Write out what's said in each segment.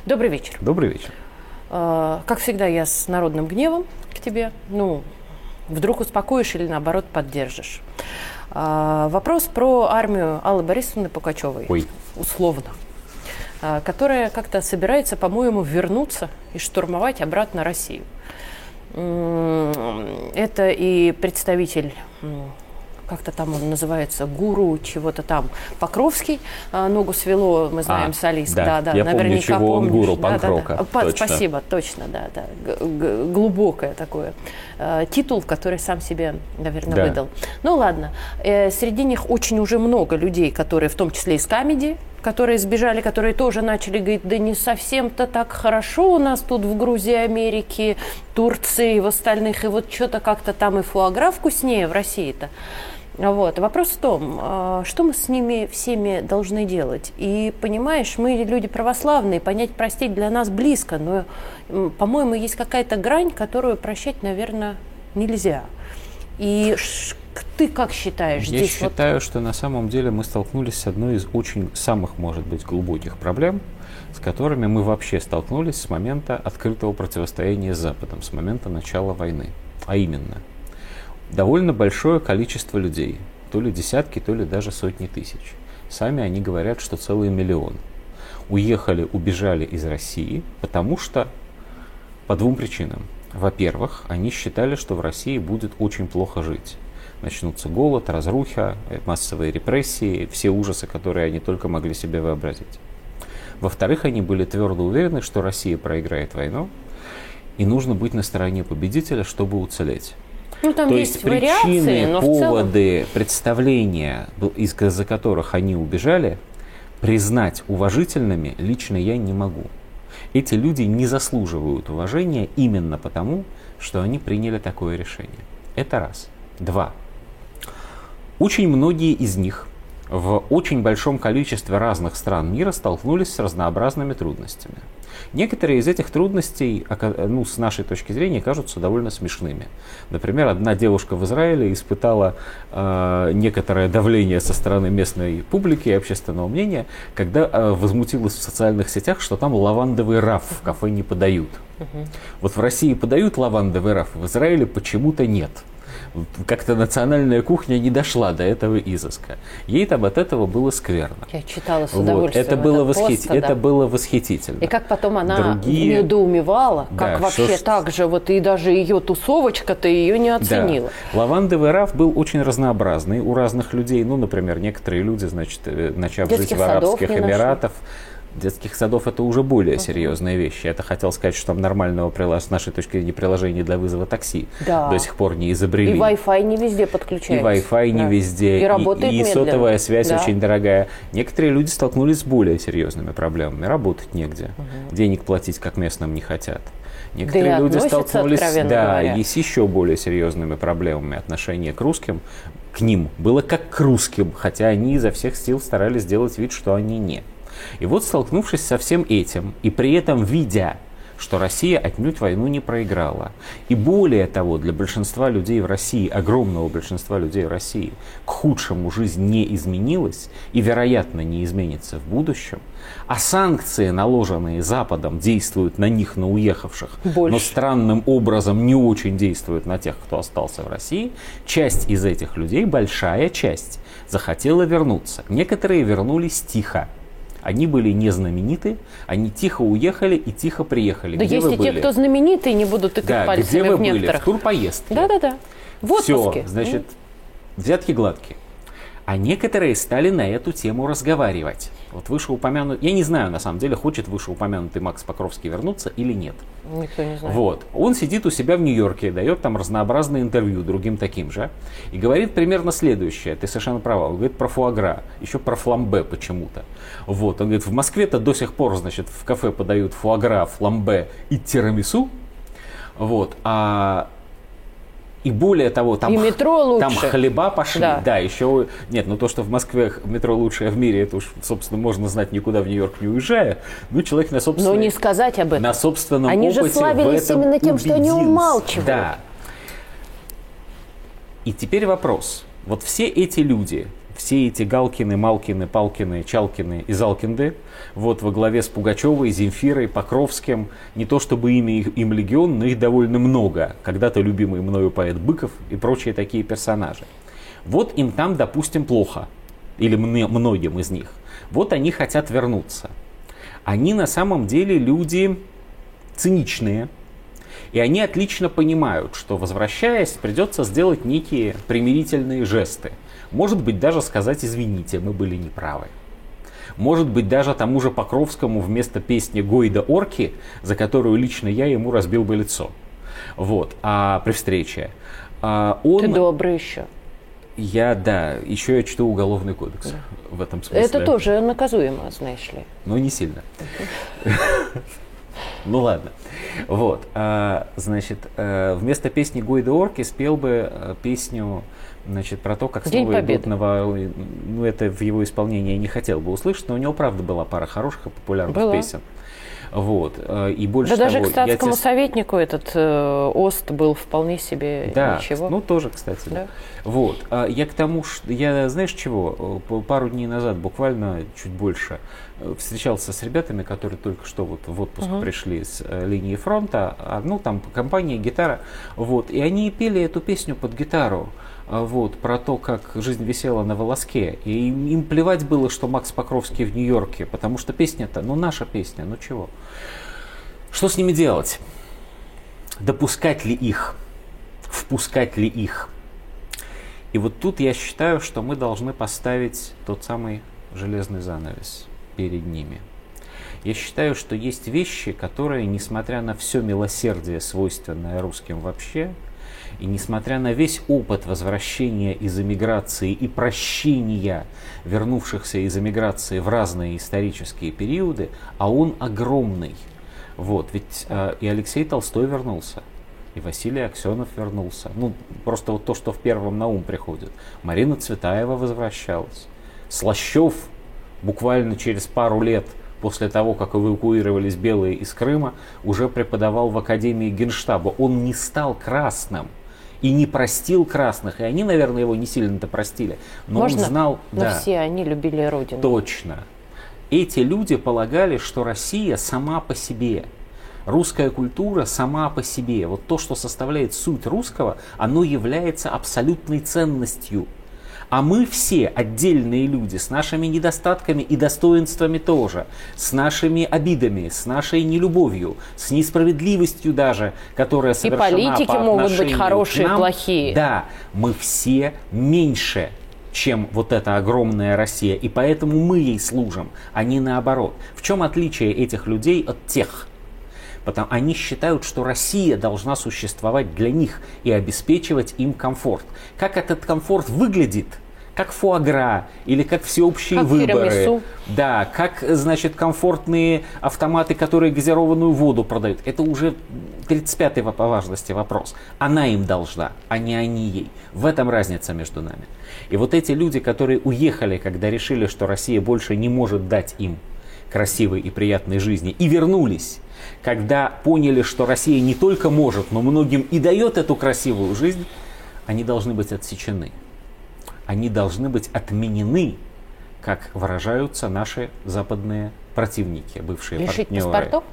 Добрый вечер. Добрый вечер. Как всегда, я с народным гневом к тебе. Вдруг успокоишь или, наоборот, поддержишь. Вопрос про армию Аллы Борисовны Пугачевой. Условно. Которая как-то собирается, по-моему, вернуться и штурмовать обратно Россию. Это и представитель... как-то там он называется, гуру чего-то там, Покровский, ногу свело, мы знаем, солист. Да, я помню, чего он гуру, панк-рока. Спасибо, точно, да. Глубокое такое. Титул, который сам себе, наверное, выдал. Ну ладно, среди них очень уже много людей, которые, в том числе из Камеди, которые сбежали, которые тоже начали говорить, да не совсем-то так хорошо у нас тут в Грузии, Америке, Турции и в остальных, и вот что-то как-то там и фуагра вкуснее в России-то. Вот. Вопрос в том, что мы с ними всеми должны делать. И, понимаешь, мы люди православные, понять, простить для нас близко, но, по-моему, есть какая-то грань, которую прощать, наверное, нельзя. И ты как считаешь? Я считаю, что на самом деле мы столкнулись с одной из очень самых, может быть, глубоких проблем, с которыми мы вообще столкнулись с момента открытого противостояния с Западом, с момента начала войны. А именно, довольно большое количество людей, то ли десятки, то ли даже сотни тысяч. Сами они говорят, что целый миллион. Убежали из России, потому что по двум причинам. Во-первых, они считали, что в России будет очень плохо жить. Начнутся голод, разруха, массовые репрессии, все ужасы, которые они только могли себе вообразить. Во-вторых, они были твердо уверены, что Россия проиграет войну, и нужно быть на стороне победителя, чтобы уцелеть. Там То есть причины, вариации, но поводы, представления, из-за которых они убежали, признать уважительными лично я не могу. Эти люди не заслуживают уважения именно потому, что они приняли такое решение. Это раз. Два. Очень многие из них в очень большом количестве разных стран мира столкнулись с разнообразными трудностями. Некоторые из этих трудностей, с нашей точки зрения, кажутся довольно смешными. Например, одна девушка в Израиле испытала некоторое давление со стороны местной публики и общественного мнения, когда возмутилась в социальных сетях, что там лавандовый раф в кафе не подают. Вот в России подают лавандовый раф, в Израиле почему-то нет. Как-то национальная кухня не дошла до этого изыска. Ей там от этого было скверно. Я читала с удовольствием. Это было восхитительно. И как потом она недоумевала, как вообще так же, и даже ее тусовочка-то ее не оценила. Да. Лавандовый раф был очень разнообразный у разных людей. Например, некоторые люди, начав жить в Арабских Эмиратах, детских садов это уже более серьезные вещи. Я хотел сказать, что там нормального, с нашей точки зрения, приложения для вызова такси до сих пор не изобрели. И Wi-Fi не везде подключается. И Wi-Fi не везде. И работает и сотовая связь очень дорогая. Некоторые люди столкнулись с более серьезными проблемами. Работать негде. Денег платить как местным не хотят. Некоторые люди столкнулись и с еще более серьезными проблемами. Отношение к русским, к ним было как к русским, хотя они изо всех сил старались сделать вид, что они не. И вот, столкнувшись со всем этим, и при этом видя, что Россия отнюдь войну не проиграла, и более того, для большинства людей в России, огромного большинства людей в России, к худшему жизнь не изменилась и, вероятно, не изменится в будущем, а санкции, наложенные Западом, действуют на них, на уехавших, но странным образом не очень действуют на тех, кто остался в России, часть из этих людей, большая часть, захотела вернуться. Некоторые вернулись тихо. Они были не знамениты, они тихо уехали и тихо приехали. Да, есть и те, кто знаменитые, не будут тыкать пальцами где вы в некоторых. В турпоездке. Да. В отпуске. Все, взятки гладкие. А некоторые стали на эту тему разговаривать. Вот вышеупомянутый, я не знаю, на самом деле, хочет вышеупомянутый Макс Покровский вернуться или нет. Никто не знает. Он сидит у себя в Нью-Йорке, дает там разнообразные интервью другим таким же, и говорит примерно следующее, ты совершенно права, он говорит про фуагра, еще про фламбе почему-то. Он говорит, в Москве-то до сих пор, в кафе подают фуагра, фламбе и тирамису, и более того, там хлеба пошли. Да, еще... Нет, то, что в Москве метро лучшее в мире, это уж, собственно, можно знать, никуда в Нью-Йорк не уезжая. Человек на собственном... Но не сказать об этом. На собственном они опыте же славились именно тем, что они умалчивали. Да. И теперь вопрос. Все эти люди, все эти Галкины, Малкины, Палкины, Чалкины и Залкинды, вот во главе с Пугачевой, Земфирой, Покровским, не то чтобы им легион, но их довольно много. Когда-то любимый мною поэт Быков и прочие такие персонажи. Вот им там, допустим, плохо, или многим из них. Вот они хотят вернуться. Они на самом деле люди циничные, и они отлично понимают, что, возвращаясь, придется сделать некие примирительные жесты. Может быть, даже сказать «извините, мы были неправы». Может быть, даже тому же Покровскому вместо песни «Гойда орки», за которую лично я ему разбил бы лицо. Вот, при встрече. Ты добрый еще. Еще я чту Уголовный кодекс в этом смысле. Это тоже наказуемо, знаешь ли. Но не сильно. Ну ладно. Вот. Значит, вместо песни «Гойда орки» спел бы песню, значит, про то, как снова идут на войну. Ну, это в его исполнении я не хотел бы услышать, но у него, правда, была пара хороших и популярных песен. Вот. И больше даже к статскому советнику этот Ост был вполне себе ничего. Ну, тоже, кстати, да. Вот. Я к тому, что знаешь чего, пару дней назад, буквально чуть больше, встречался с ребятами, которые только что вот в отпуск пришли с линии фронта, ну, там компания, гитара, вот, и они пели эту песню под гитару, вот, про то, как жизнь висела на волоске, и им плевать было, что Макс Покровский в Нью-Йорке, потому что песня-то, ну, наша песня, ну, чего? Что с ними делать? Допускать ли их? Впускать ли их? И вот тут я считаю, что мы должны поставить тот самый железный занавес перед ними. Я считаю, что есть вещи, которые, несмотря на все милосердие, свойственное русским вообще, и несмотря на весь опыт возвращения из эмиграции и прощения вернувшихся из эмиграции в разные исторические периоды, а он огромный. Вот, ведь и Алексей Толстой вернулся, и Василий Аксенов вернулся. Ну, просто вот то, что в первом на ум приходит. Марина Цветаева возвращалась. Слащев буквально через пару лет после того, как эвакуировались белые из Крыма, уже преподавал в Академии Генштаба. Он не стал красным и не простил красных. И они, наверное, его не сильно-то простили. Но он знал... Но все они любили Родину. Точно. Эти люди полагали, что Россия сама по себе. Русская культура сама по себе. Вот то, что составляет суть русского, оно является абсолютной ценностью. А мы все отдельные люди с нашими недостатками и достоинствами тоже, с нашими обидами, с нашей нелюбовью, с несправедливостью даже, которая совершена по отношению к нам. И политики могут быть хорошие и плохие. Да, мы все меньше, чем вот эта огромная Россия, и поэтому мы ей служим, а не наоборот. В чем отличие этих людей от тех? Потому они считают, что Россия должна существовать для них и обеспечивать им комфорт. Как этот комфорт выглядит? Как фуагра или как всеобщие выборы. Тирамису. Да, как, значит, комфортные автоматы, которые газированную воду продают. Это уже 35-й по важности вопрос. Она им должна, а не они ей. В этом разница между нами. И вот эти люди, которые уехали, когда решили, что Россия больше не может дать им красивой и приятной жизни, и вернулись, когда поняли, что Россия не только может, но многим и дает эту красивую жизнь, они должны быть отсечены. Они должны быть отменены, как выражаются наши западные противники, бывшие лишить партнеры. Паспортов?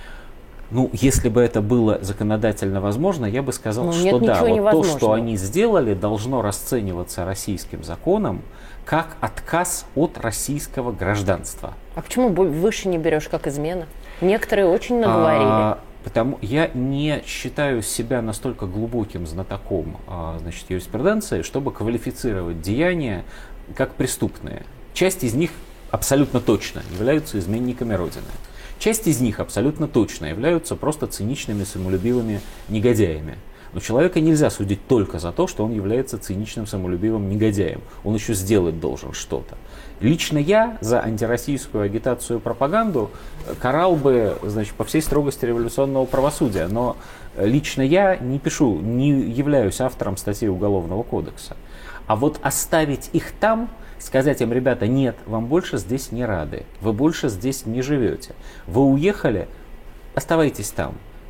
Ну, если бы это было законодательно возможно, я бы сказал, что да, вот то, что они сделали, должно расцениваться российским законом как отказ от российского гражданства. А почему выше не берешь, как измена? Некоторые очень наговорили. Потому я не считаю себя настолько глубоким знатоком, значит, юриспруденции, чтобы квалифицировать деяния как преступные. Часть из них абсолютно точно являются изменниками Родины. Часть из них абсолютно точно являются просто циничными, самолюбивыми негодяями. Но человека нельзя судить только за то, что он является циничным, самолюбивым негодяем. Он еще сделать должен что-то. Лично я за антироссийскую агитацию и пропаганду карал бы, значит, по всей строгости революционного правосудия. Но лично я не являюсь автором статей Уголовного кодекса. А вот оставить их там, сказать им: ребята, нет, вам больше здесь не рады, вы больше здесь не живете. Вы уехали, оставайтесь там.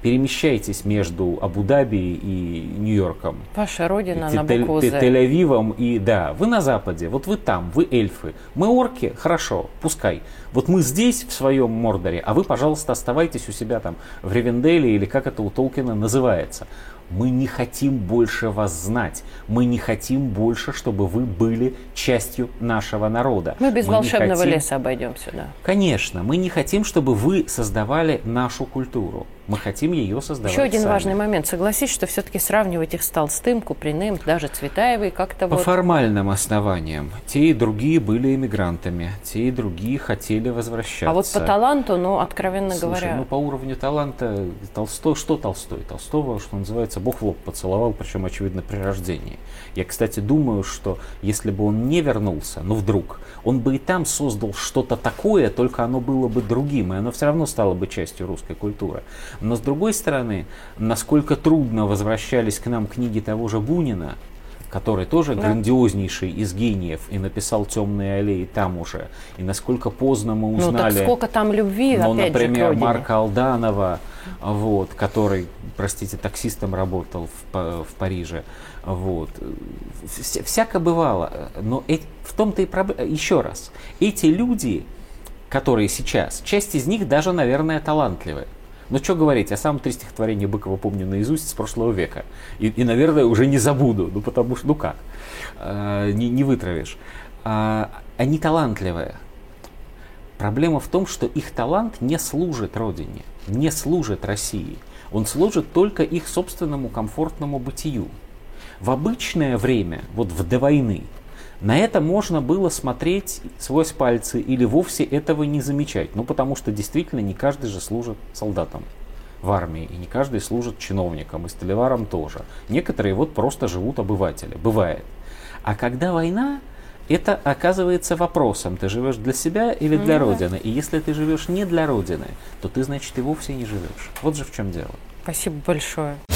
перемещайтесь между Абу-Даби и Нью-Йорком. Ваша родина на букву «З». Тель-Авивом, и да, вы на Западе, вот вы там, вы эльфы. Мы орки, хорошо, пускай. Вот мы здесь, в своем Мордоре, а вы, пожалуйста, оставайтесь у себя там в Ривенделе, или как это у Толкина называется. Мы не хотим больше вас знать. Мы не хотим больше, чтобы вы были частью нашего народа. Мы без волшебного леса обойдемся, да. Конечно, мы не хотим, чтобы вы создавали нашу культуру. Мы хотим ее создавать Еще один сами. важный момент. Согласись, что все-таки сравнивать их с Толстым, Куприным, даже Цветаевой как-то По формальным основаниям. Те и другие были эмигрантами. Те и другие хотели возвращаться. А вот по таланту, ну, откровенно говоря... ну, по уровню таланта Толстой, что Толстой? Толстого, что называется, Бог в лоб поцеловал, причем, очевидно, при рождении. Я, кстати, думаю, что если бы он не вернулся, ну, вдруг, он бы и там создал что-то такое, только оно было бы другим, и оно все равно стало бы частью русской культуры. Но с другой стороны, насколько трудно возвращались к нам книги того же Бунина, который тоже грандиознейший из гениев и написал «Темные аллеи» там уже, и насколько поздно мы узнали... Ну так сколько там любви, ну, опять например, же, к Марка Алданова, вот, который, простите, таксистом работал в Париже. Вот. Всяко бывало. Но в том-то и проблема. Еще раз, эти люди, которые сейчас, часть из них даже, наверное, талантливые. Ну, что говорить, я сам 3 стихотворения Быкова помню наизусть с прошлого века. И, наверное, уже не забуду, ну, потому что, ну как, не вытравишь. Они талантливые. Проблема в том, что их талант не служит Родине, не служит России. Он служит только их собственному комфортному бытию. В обычное время, вот до войны, на это можно было смотреть сквозь пальцы или вовсе этого не замечать. Ну, потому что действительно не каждый же служит солдатом в армии, и не каждый служит чиновником, и столяром тоже. Некоторые вот просто живут обыватели. Бывает. А когда война, это оказывается вопросом, ты живешь для себя или для Родины. И если ты живешь не для Родины, то ты, значит, и вовсе не живешь. Вот же в чем дело. Спасибо большое.